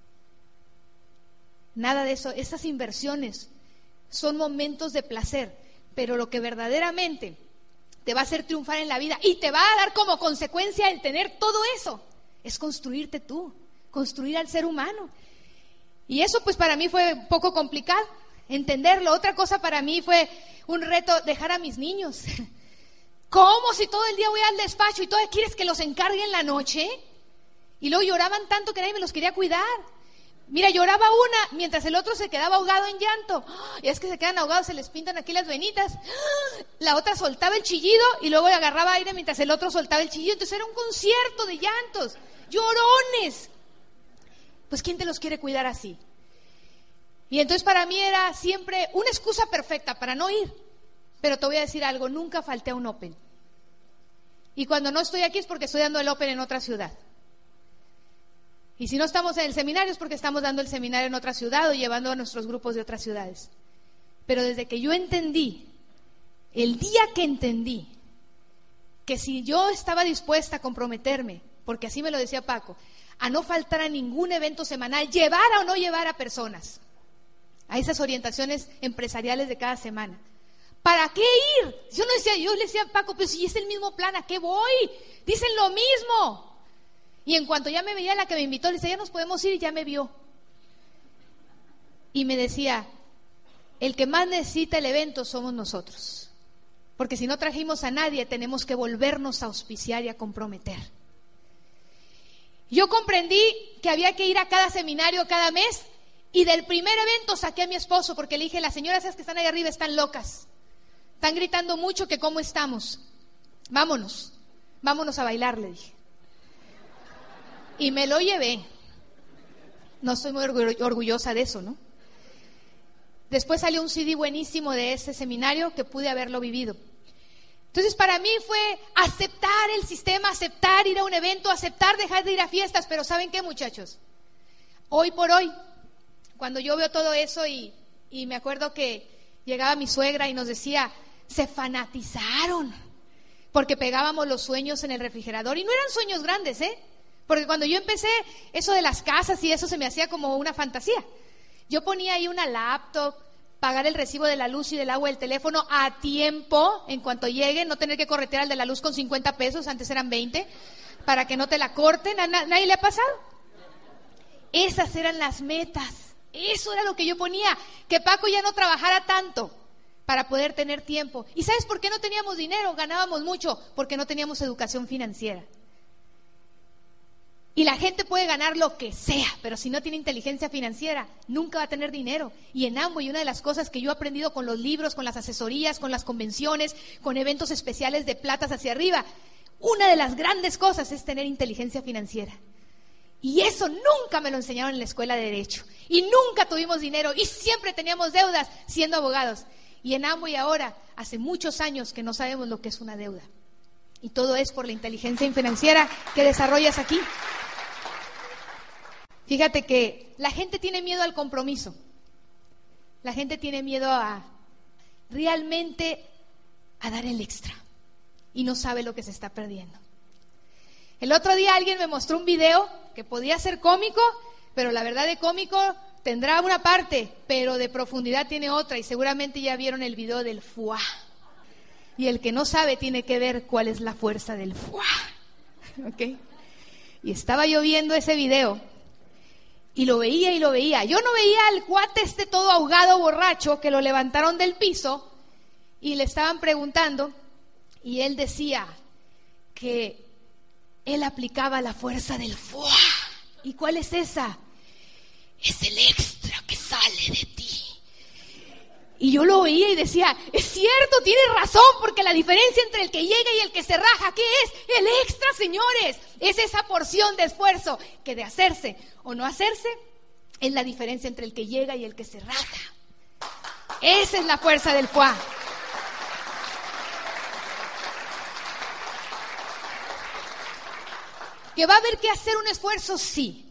Nada de eso. Esas inversiones son momentos de placer, pero lo que verdaderamente te va a hacer triunfar en la vida y te va a dar como consecuencia el tener todo eso, es construirte tú, construir al ser humano. Y eso pues para mí fue un poco complicado entenderlo. Otra cosa para mí fue un reto, dejar a mis niños. ¿Cómo si todo el día voy al despacho y todavía quieres que los encargue en la noche? Y luego lloraban tanto que nadie me los quería cuidar. Mira, lloraba una mientras el otro se quedaba ahogado en llanto. Y es que se quedan ahogados, se les pintan aquí las venitas. La otra soltaba el chillido y luego le agarraba aire mientras el otro soltaba el chillido. Entonces era un concierto de llantos, llorones. pues ¿quién te los quiere cuidar así? Y entonces para mí era siempre una excusa perfecta para no ir. Pero te voy a decir algo, nunca falté a un Open. Y cuando no estoy aquí es porque estoy dando el Open en otra ciudad. Y si no estamos en el seminario es porque estamos dando el seminario en otra ciudad o llevando a nuestros grupos de otras ciudades. Pero desde que yo entendí, el día que entendí, que si yo estaba dispuesta a comprometerme, porque así me lo decía Paco, a no faltar a ningún evento semanal, llevara o no llevara personas a esas orientaciones empresariales de cada semana. ¿Para qué ir? Yo no decía, yo le decía a Paco, pero si es el mismo plan, ¿a qué voy? Dicen lo mismo. Y en cuanto ya me veía la que me invitó, le decía, ya nos podemos ir, y ya me vio. Y me decía, el que más necesita el evento somos nosotros. Porque si no trajimos a nadie, tenemos que volvernos a auspiciar y a comprometer. Yo comprendí que había que ir a cada seminario cada mes, y del primer evento saqué a mi esposo, porque le dije, las señoras esas que están ahí arriba están locas. Están gritando mucho que cómo estamos. Vámonos, vámonos a bailar, le dije. Y me lo llevé. No estoy muy orgullosa de eso, ¿no? Después salió un C D buenísimo de ese seminario que pude haberlo vivido. Entonces para mí fue aceptar el sistema, aceptar ir a un evento, aceptar dejar de ir a fiestas. Pero ¿saben qué, muchachos? Hoy por hoy, cuando yo veo todo eso y, y me acuerdo que llegaba mi suegra y nos decía, se fanatizaron porque pegábamos los sueños en el refrigerador. Y no eran sueños grandes, ¿eh? Porque cuando yo empecé, eso de las casas y eso se me hacía como una fantasía. Yo ponía ahí una laptop, pagar el recibo de la luz y del agua del teléfono a tiempo, en cuanto llegue, no tener que corretear al de la luz con cincuenta pesos, antes eran veinte, para que no te la corten. ¿A nadie le ha pasado? Esas eran las metas, eso era lo que yo ponía, que Paco ya no trabajara tanto para poder tener tiempo. ¿Y sabes por qué no teníamos dinero? Ganábamos mucho, porque no teníamos educación financiera. Y la gente puede ganar lo que sea, pero si no tiene inteligencia financiera, nunca va a tener dinero. Y en Amway, una de las cosas que yo he aprendido con los libros, con las asesorías, con las convenciones, con eventos especiales de platas hacia arriba, una de las grandes cosas es tener inteligencia financiera. Y eso nunca me lo enseñaron en la escuela de Derecho. Y nunca tuvimos dinero y siempre teníamos deudas siendo abogados. Y en Amway ahora, hace muchos años que no sabemos lo que es una deuda. Y todo es por la inteligencia financiera que desarrollas aquí. Fíjate que la gente tiene miedo al compromiso. La gente tiene miedo a realmente a dar el extra. Y no sabe lo que se está perdiendo. El otro día alguien me mostró un video que podía ser cómico, pero la verdad de cómico tendrá una parte, pero de profundidad tiene otra. Y seguramente ya vieron el video del fuá. Y el que no sabe tiene que ver cuál es la fuerza del fuá. ¿Ok? Y estaba yo viendo ese video y lo veía y lo veía. Yo no veía al cuate este todo ahogado, borracho, que lo levantaron del piso y le estaban preguntando. Y él decía que él aplicaba la fuerza del fuá. ¿Y cuál es esa? Es el extra que sale de ti. Y yo lo oía y decía, es cierto, tienes razón, porque la diferencia entre el que llega y el que se raja, ¿qué es? El extra, señores, es esa porción de esfuerzo que de hacerse o no hacerse, es la diferencia entre el que llega y el que se raja. Esa es la fuerza del fuá. ¿Que va a haber que hacer un esfuerzo? Sí.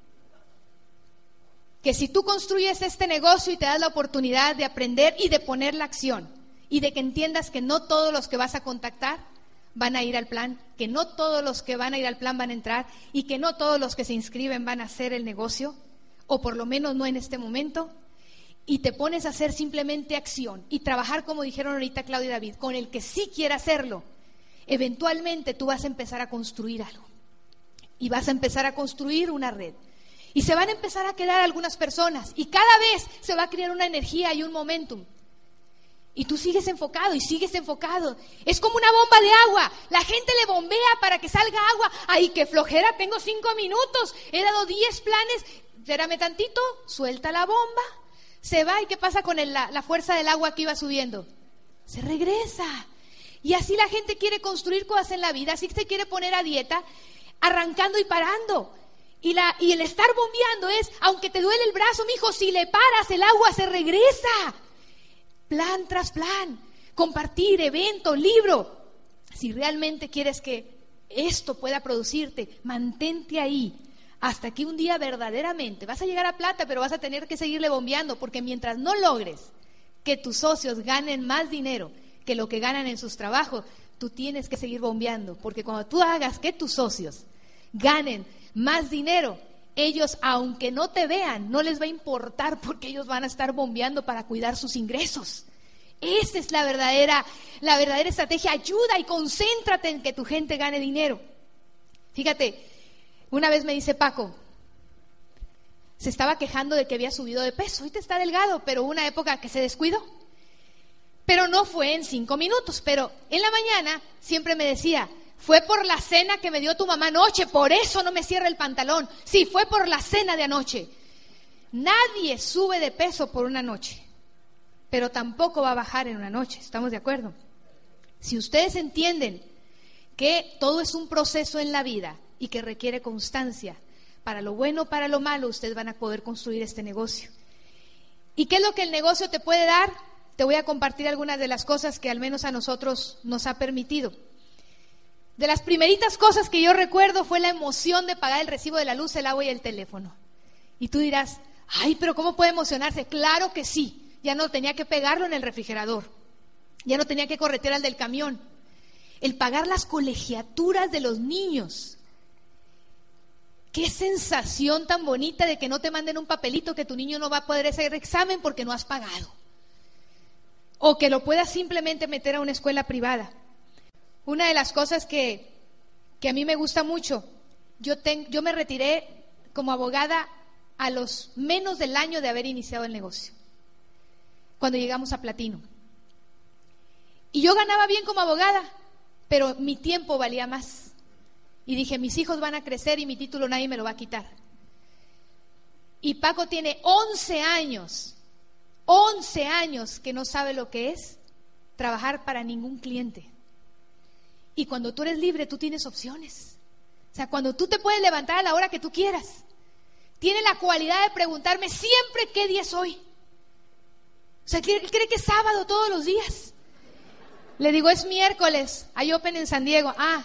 Que si tú construyes este negocio y te das la oportunidad de aprender y de poner la acción y de que entiendas que no todos los que vas a contactar van a ir al plan, que no todos los que van a ir al plan van a entrar y que no todos los que se inscriben van a hacer el negocio, o por lo menos no en este momento, y te pones a hacer simplemente acción y trabajar, como dijeron ahorita Claudia y David, con el que sí quiera hacerlo, eventualmente tú vas a empezar a construir algo y vas a empezar a construir una red. Y se van a empezar a quedar algunas personas y cada vez se va a crear una energía y un momentum. Y tú sigues enfocado y sigues enfocado. Es como una bomba de agua. La gente le bombea para que salga agua. ¡Ay, qué flojera! Tengo cinco minutos. He dado diez planes. Espérame tantito, suelta la bomba. Se va. ¿Y qué pasa con el, la, la fuerza del agua que iba subiendo? Se regresa. Y así la gente quiere construir cosas en la vida. Así se quiere poner a dieta, arrancando y parando. Y, la, y el estar bombeando es, aunque te duele el brazo, mijo, si le paras, el agua se regresa. Plan tras plan, compartir, evento, libro. Si realmente quieres que esto pueda producirte, mantente ahí hasta que un día verdaderamente vas a llegar a plata, pero vas a tener que seguirle bombeando, porque mientras no logres que tus socios ganen más dinero que lo que ganan en sus trabajos, tú tienes que seguir bombeando, porque cuando tú hagas que tus socios ganen más dinero, ellos, aunque no te vean, no les va a importar, porque ellos van a estar bombeando para cuidar sus ingresos. Esa es la verdadera, la verdadera estrategia. Ayuda y concéntrate en que tu gente gane dinero. Fíjate, una vez me dice Paco, se estaba quejando de que había subido de peso. Ahorita está delgado, pero hubo una época que se descuidó. Pero no fue en cinco minutos, pero en la mañana siempre me decía, fue por la cena que me dio tu mamá anoche, por eso no me cierra el pantalón. Sí, fue por la cena de anoche. Nadie sube de peso por una noche, pero tampoco va a bajar en una noche, ¿estamos de acuerdo? Si ustedes entienden que todo es un proceso en la vida y que requiere constancia, para lo bueno, para lo malo, ustedes van a poder construir este negocio. ¿Y qué es lo que el negocio te puede dar? Te voy a compartir algunas de las cosas que al menos a nosotros nos ha permitido. De las primeritas cosas que yo recuerdo fue la emoción de pagar el recibo de la luz, el agua y el teléfono. Y tú dirás, ay, pero ¿cómo puede emocionarse? Claro que sí, ya no tenía que pegarlo en el refrigerador, ya no tenía que corretear al del camión. El pagar las colegiaturas de los niños. Qué sensación tan bonita de que no te manden un papelito que tu niño no va a poder hacer examen porque no has pagado. O que lo puedas simplemente meter a una escuela privada. Una de las cosas que, que a mí me gusta mucho, yo, ten, yo me retiré como abogada a los menos del año de haber iniciado el negocio, cuando llegamos a Platino. Y yo ganaba bien como abogada, pero mi tiempo valía más. Y dije, mis hijos van a crecer y mi título nadie me lo va a quitar. Y Paco tiene once años, once años que no sabe lo que es trabajar para ningún cliente. Y cuando tú eres libre, tú tienes opciones. O sea, cuando tú te puedes levantar a la hora que tú quieras, tiene la cualidad de preguntarme siempre qué día es hoy. O sea, él cree que es sábado todos los días. Le digo, es miércoles, hay Open en San Diego. Ah,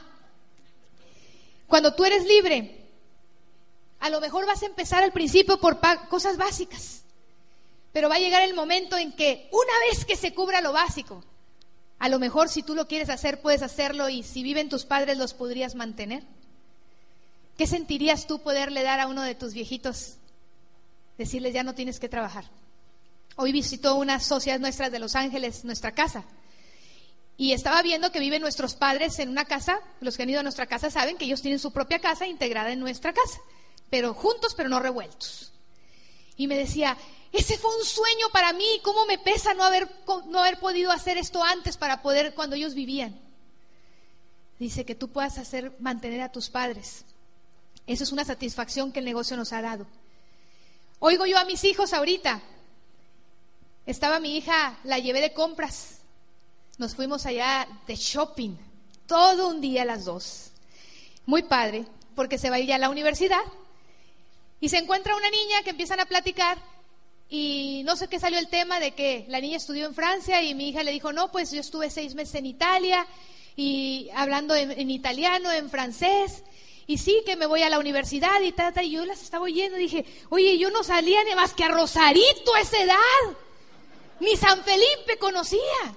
cuando tú eres libre, a lo mejor vas a empezar al principio por pa- cosas básicas, pero va a llegar el momento en que una vez que se cubra lo básico, a lo mejor si tú lo quieres hacer, puedes hacerlo, y si viven tus padres, los podrías mantener. ¿Qué sentirías tú poderle dar a uno de tus viejitos? Decirles, ya no tienes que trabajar. Hoy visitó unas socias nuestras de Los Ángeles nuestra casa, y estaba viendo que viven nuestros padres en una casa. Los que han ido a nuestra casa saben que ellos tienen su propia casa integrada en nuestra casa, pero juntos, pero no revueltos. Y me decía, ese fue un sueño para mí, cómo me pesa no haber, no haber podido hacer esto antes para poder, cuando ellos vivían. Dice, que tú puedas hacer, mantener a tus padres. Eso es una satisfacción que el negocio nos ha dado. Oigo yo a mis hijos ahorita. Estaba mi hija, la llevé de compras. Nos fuimos allá de shopping, todo un día las dos. Muy padre, porque se va a ir ya a la universidad. Y se encuentra una niña que empiezan a platicar, y no sé qué salió el tema de que la niña estudió en Francia, y mi hija le dijo, no, pues yo estuve seis meses en Italia, y hablando en, en italiano, en francés, y sí, que me voy a la universidad, y tal, tal. Y yo las estaba oyendo, y dije, oye, yo no salía ni más que a Rosarito a esa edad, ni San Felipe conocía.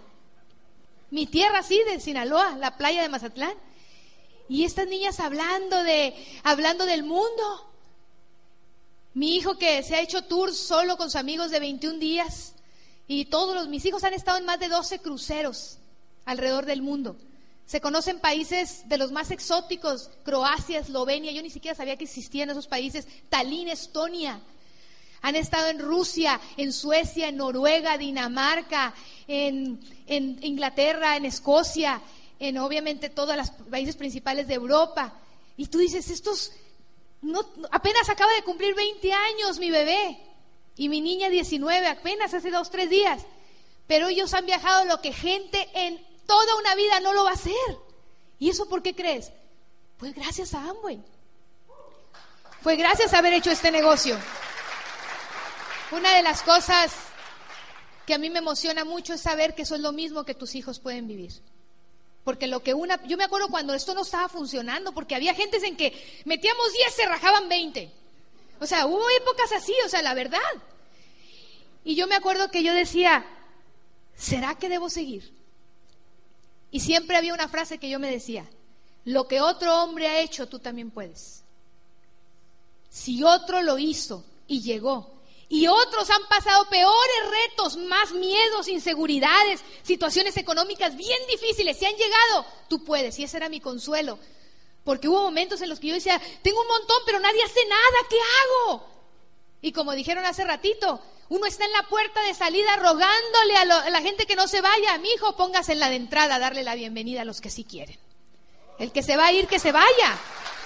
Mi tierra así, de Sinaloa, la playa de Mazatlán. Y estas niñas hablando de, hablando del mundo. Mi hijo que se ha hecho tours solo con sus amigos de veintiún días. Y todos los, mis hijos han estado en más de doce cruceros alrededor del mundo. Se conocen países de los más exóticos, Croacia, Eslovenia, yo ni siquiera sabía que existían esos países, Tallinn, Estonia. Han estado en Rusia, en Suecia, en Noruega, Dinamarca, en, en Inglaterra, en Escocia, en obviamente todos los países principales de Europa. Y tú dices, estos, no, apenas acaba de cumplir veinte años mi bebé, y mi niña diecinueve, apenas hace dos, tres días. Pero ellos han viajado lo que gente en toda una vida no lo va a hacer. ¿Y eso por qué crees? Pues gracias a Amway. fue gracias a haber hecho este negocio. Una de las cosas que a mí me emociona mucho es saber que eso es lo mismo que tus hijos pueden vivir. Porque lo que una, yo me acuerdo cuando esto no estaba funcionando, porque había gentes en que metíamos diez, se rajaban veinte. O sea, hubo épocas así, o sea, la verdad. Y yo me acuerdo que yo decía, ¿será que debo seguir? Y siempre había una frase que yo me decía, lo que otro hombre ha hecho, tú también puedes. Si otro lo hizo y llegó, y otros han pasado peores retos, más miedos, inseguridades, situaciones económicas bien difíciles, si han llegado, tú puedes. Y ese era mi consuelo, porque hubo momentos en los que yo decía, tengo un montón, pero nadie hace nada, ¿qué hago? Y como dijeron hace ratito, uno está en la puerta de salida rogándole a, lo, a la gente que no se vaya. Mi hijo, póngase en la de entrada a darle la bienvenida a los que sí quieren. El que se va a ir, que se vaya.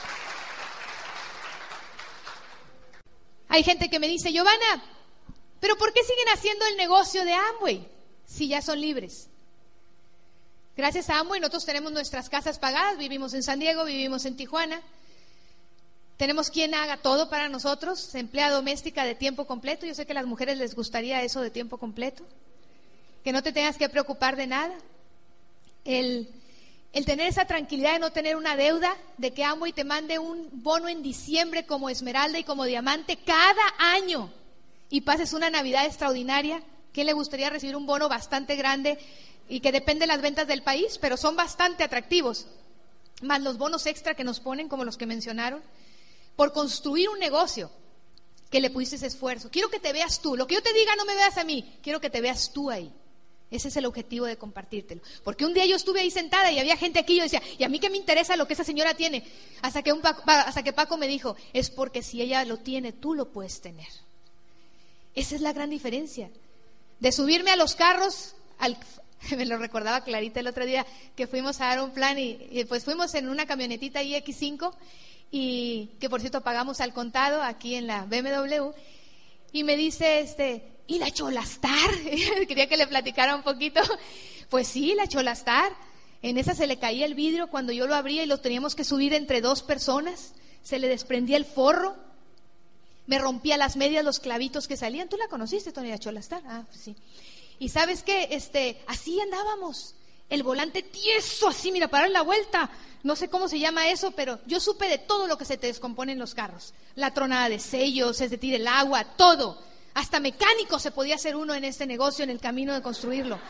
Hay gente que me dice, Giovanna, ¿pero por qué siguen haciendo el negocio de Amway si ya son libres? Gracias a Amway nosotros tenemos nuestras casas pagadas, vivimos en San Diego, vivimos en Tijuana. Tenemos quien haga todo para nosotros, empleada doméstica de tiempo completo. Yo sé que a las mujeres les gustaría eso de tiempo completo, que no te tengas que preocupar de nada. El, el tener esa tranquilidad de no tener una deuda, de que Amway te mande un bono en diciembre como esmeralda y como diamante cada año y pases una Navidad extraordinaria. ¿Quién le gustaría recibir un bono bastante grande y que depende de las ventas del país, pero son bastante atractivos? Más los bonos extra que nos ponen, como los que mencionaron, por construir un negocio que le pusiste ese esfuerzo. Quiero que te veas tú. Lo que yo te diga no me veas a mí, quiero que te veas tú ahí. Ese es el objetivo de compartírtelo. Porque un día yo estuve ahí sentada y había gente aquí y yo decía, ¿y a mí qué me interesa lo que esa señora tiene? Hasta que, un Paco, hasta que Paco me dijo, es porque si ella lo tiene, tú lo puedes tener. Esa es la gran diferencia. De subirme a los carros, al, me lo recordaba Clarita el otro día, que fuimos a dar un plan y, y pues fuimos en una camionetita i equis cinco, y que por cierto pagamos al contado aquí en la be eme doble u, y me dice este, ¿y la Cholastar? Quería que le platicara un poquito. Pues sí, la Cholastar, en esa se le caía el vidrio cuando yo lo abría y lo teníamos que subir entre dos personas, se le desprendía el forro, me rompía las medias, los clavitos que salían. ¿Tú la conociste, Tony, la Cholastar? Ah, pues sí. Y ¿sabes qué? Este, así andábamos, el volante tieso, así, mira, para dar la vuelta. No sé cómo se llama eso, pero yo supe de todo lo que se te descompone en los carros. La tronada de sellos, se te tira el agua, todo. Hasta mecánico se podía hacer uno en este negocio, en el camino de construirlo.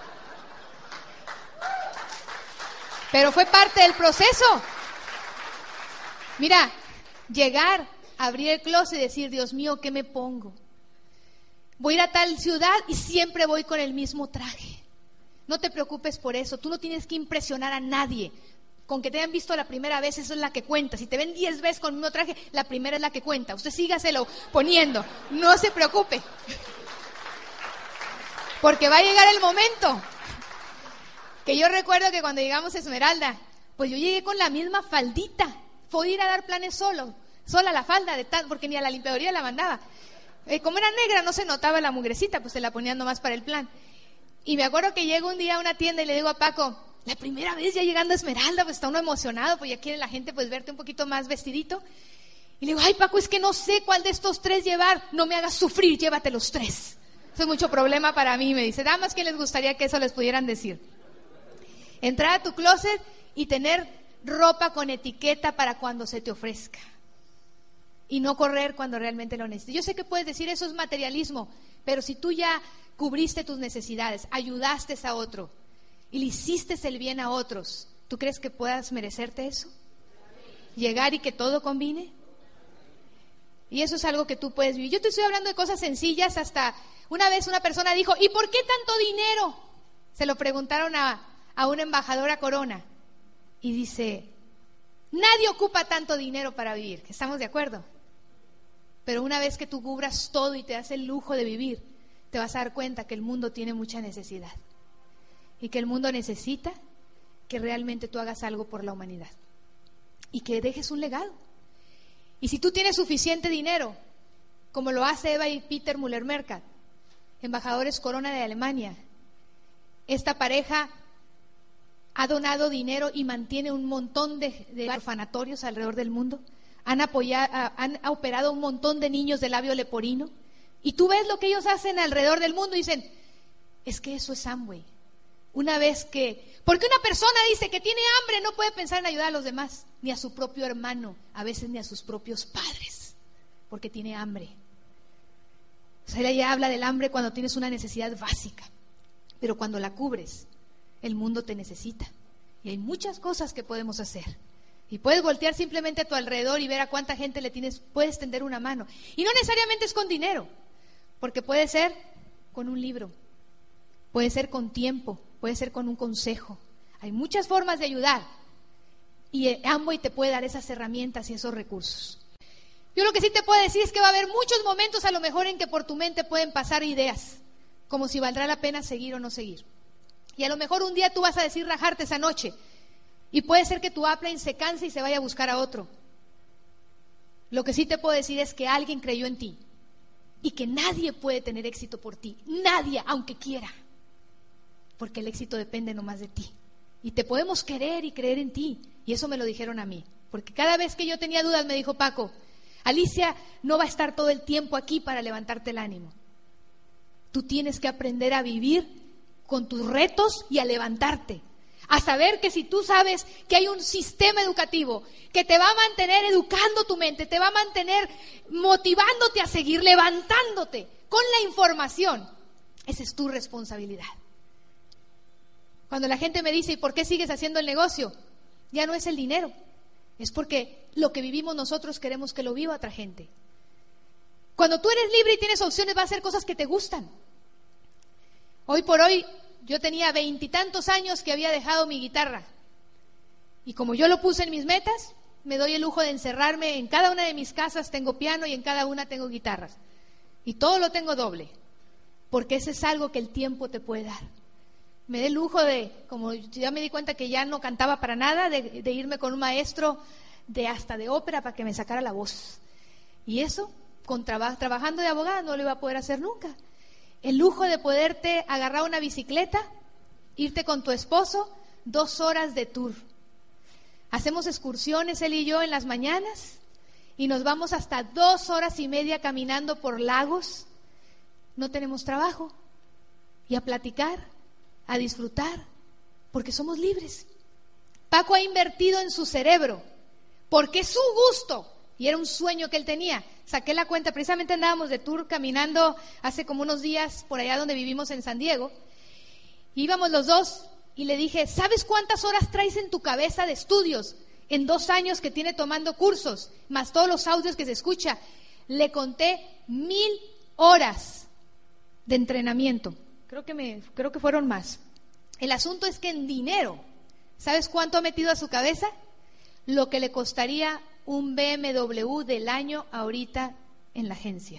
Pero fue parte del proceso. Mira, llegar, abrir el closet y decir, Dios mío, ¿qué me pongo? Voy a ir a tal ciudad y siempre voy con el mismo traje. No te preocupes por eso, tú no tienes que impresionar a nadie. Con que te hayan visto la primera vez, eso es la que cuenta. Si te ven diez veces con el mismo traje, la primera es la que cuenta. Usted sígaselo poniendo, no se preocupe. Porque va a llegar el momento. Que yo recuerdo que cuando llegamos a Esmeralda, pues yo llegué con la misma faldita. Fue ir a dar planes solo, sola la falda, de tan, porque ni a la limpiadoría la mandaba. Eh, como era negra, no se notaba la mugrecita, pues se la ponían nomás para el plan. Y me acuerdo que llego un día a una tienda y le digo a Paco, la primera vez ya llegando a Esmeralda, pues está uno emocionado, pues ya quiere la gente pues verte un poquito más vestidito. Y le digo, ay Paco, es que no sé cuál de estos tres llevar, no me hagas sufrir, llévate los tres. Eso es mucho problema para mí, me dice. Damas, ¿quién les gustaría que eso les pudieran decir? Entrar a tu closet y tener ropa con etiqueta para cuando se te ofrezca. Y no correr cuando realmente lo necesites. Yo sé que puedes decir, eso es materialismo, pero si tú ya cubriste tus necesidades, ayudaste a otro, y le hiciste el bien a otros, ¿tú crees que puedas merecerte eso? Llegar y que todo combine. Y eso es algo que tú puedes vivir. Yo te estoy hablando de cosas sencillas. Hasta una vez una persona dijo, ¿y por qué tanto dinero? Se lo preguntaron a, a una embajadora Corona. Y dice, nadie ocupa tanto dinero para vivir. ¿Estamos de acuerdo? Pero una vez que tú cubras todo y te das el lujo de vivir, te vas a dar cuenta que el mundo tiene mucha necesidad. Y que el mundo necesita que realmente tú hagas algo por la humanidad. Y que dejes un legado. Y si tú tienes suficiente dinero, como lo hace Eva y Peter Müller-Mercat, embajadores Corona de Alemania, esta pareja ha donado dinero y mantiene un montón de, de orfanatorios alrededor del mundo. han apoyado, han operado un montón de niños de labio leporino, y tú ves lo que ellos hacen alrededor del mundo y dicen, es que eso es Amway. Una vez que, porque una persona dice que tiene hambre, no puede pensar en ayudar a los demás, ni a su propio hermano, a veces ni a sus propios padres, porque tiene hambre. O sea, ella habla del hambre cuando tienes una necesidad básica, pero cuando la cubres, el mundo te necesita. Y hay muchas cosas que podemos hacer. Y puedes voltear simplemente a tu alrededor y ver a cuánta gente le tienes, puedes tender una mano. Y no necesariamente es con dinero, porque puede ser con un libro, puede ser con tiempo, puede ser con un consejo. Hay muchas formas de ayudar. Y Amway te puede dar esas herramientas y esos recursos. Yo lo que sí te puedo decir es que va a haber muchos momentos a lo mejor en que por tu mente pueden pasar ideas, como si valdrá la pena seguir o no seguir. Y a lo mejor un día tú vas a decir rajarte esa noche, y puede ser que tu upline se canse y se vaya a buscar a otro. Lo que sí te puedo decir es que alguien creyó en ti, y que nadie puede tener éxito por ti, nadie, aunque quiera, porque el éxito depende nomás de ti. Y te podemos querer y creer en ti, y eso me lo dijeron a mí, porque cada vez que yo tenía dudas me dijo Paco, Alicia no va a estar todo el tiempo aquí para levantarte el ánimo. Tú tienes que aprender a vivir con tus retos y a levantarte. A saber que si tú sabes que hay un sistema educativo que te va a mantener educando tu mente, te va a mantener motivándote a seguir levantándote con la información, esa es tu responsabilidad. Cuando la gente me dice, ¿y por qué sigues haciendo el negocio? Ya no es el dinero, es porque lo que vivimos nosotros queremos que lo viva otra gente. Cuando tú eres libre y tienes opciones, vas a hacer cosas que te gustan. Hoy por hoy, yo tenía veintitantos años que había dejado mi guitarra. Y como yo lo puse en mis metas, me doy el lujo de encerrarme. En cada una de mis casas tengo piano y en cada una tengo guitarras. Y todo lo tengo doble, porque ese es algo que el tiempo te puede dar. Me da el lujo de, como ya me di cuenta que ya no cantaba para nada, de, de irme con un maestro de hasta de ópera para que me sacara la voz. Y eso, con traba, trabajando de abogada, no lo iba a poder hacer nunca. El lujo de poderte agarrar una bicicleta, irte con tu esposo, dos horas de tour. Hacemos excursiones él y yo en las mañanas y nos vamos hasta dos horas y media caminando por lagos. No tenemos trabajo. Y a platicar, a disfrutar, porque somos libres. Paco ha invertido en su cerebro, porque es su gusto, y era un sueño que él tenía. Saqué la cuenta, precisamente andábamos de tour caminando hace como unos días por allá donde vivimos en San Diego. Íbamos los dos y le dije, ¿sabes cuántas horas traes en tu cabeza de estudios en dos años que tiene tomando cursos, más todos los audios que se escucha? Le conté mil horas de entrenamiento. Creo que me, creo que fueron más. El asunto es que en dinero, ¿sabes cuánto ha metido a su cabeza? Lo que le costaría un B M W del año ahorita en la agencia.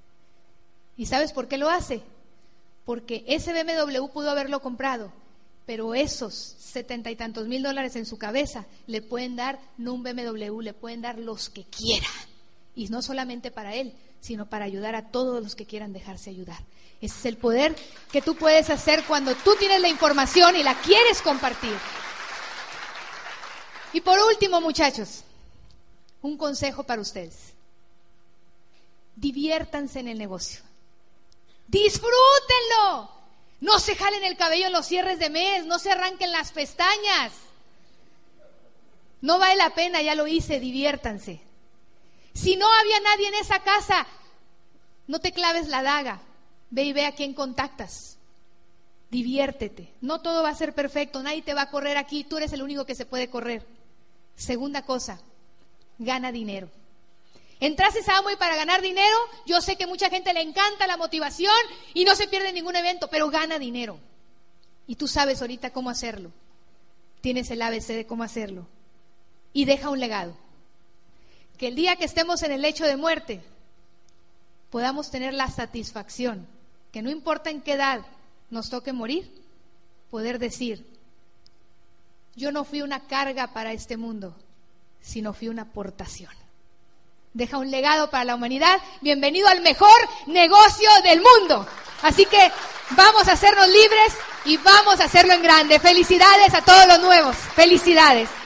¿Y sabes por qué lo hace? Porque ese B M W pudo haberlo comprado, pero esos setenta y tantos mil dólares en su cabeza le pueden dar, no un B M W, le pueden dar los que quiera. Y no solamente para él, sino para ayudar a todos los que quieran dejarse ayudar. Ese es el poder que tú puedes hacer cuando tú tienes la información y la quieres compartir. Y por último, muchachos, un consejo para ustedes. Diviértanse en el negocio. ¡Disfrútenlo! No se jalen el cabello en los cierres de mes, no se arranquen las pestañas. No vale la pena, ya lo hice, diviértanse. Si no había nadie en esa casa, no te claves la daga. Ve y ve a quién contactas. Diviértete. No todo va a ser perfecto, nadie te va a correr aquí, tú eres el único que se puede correr. Segunda cosa, gana dinero. Entraste a Amway para ganar dinero. Yo sé que mucha gente le encanta la motivación y no se pierde ningún evento, pero gana dinero. Y tú sabes ahorita cómo hacerlo. Tienes el A B C de cómo hacerlo. Y deja un legado. Que el día que estemos en el lecho de muerte podamos tener la satisfacción, que no importa en qué edad nos toque morir, poder decir, yo no fui una carga para este mundo, sino fui una aportación. Deja un legado para la humanidad. Bienvenido al mejor negocio del mundo. Así que vamos a hacernos libres y vamos a hacerlo en grande. Felicidades a todos los nuevos. Felicidades.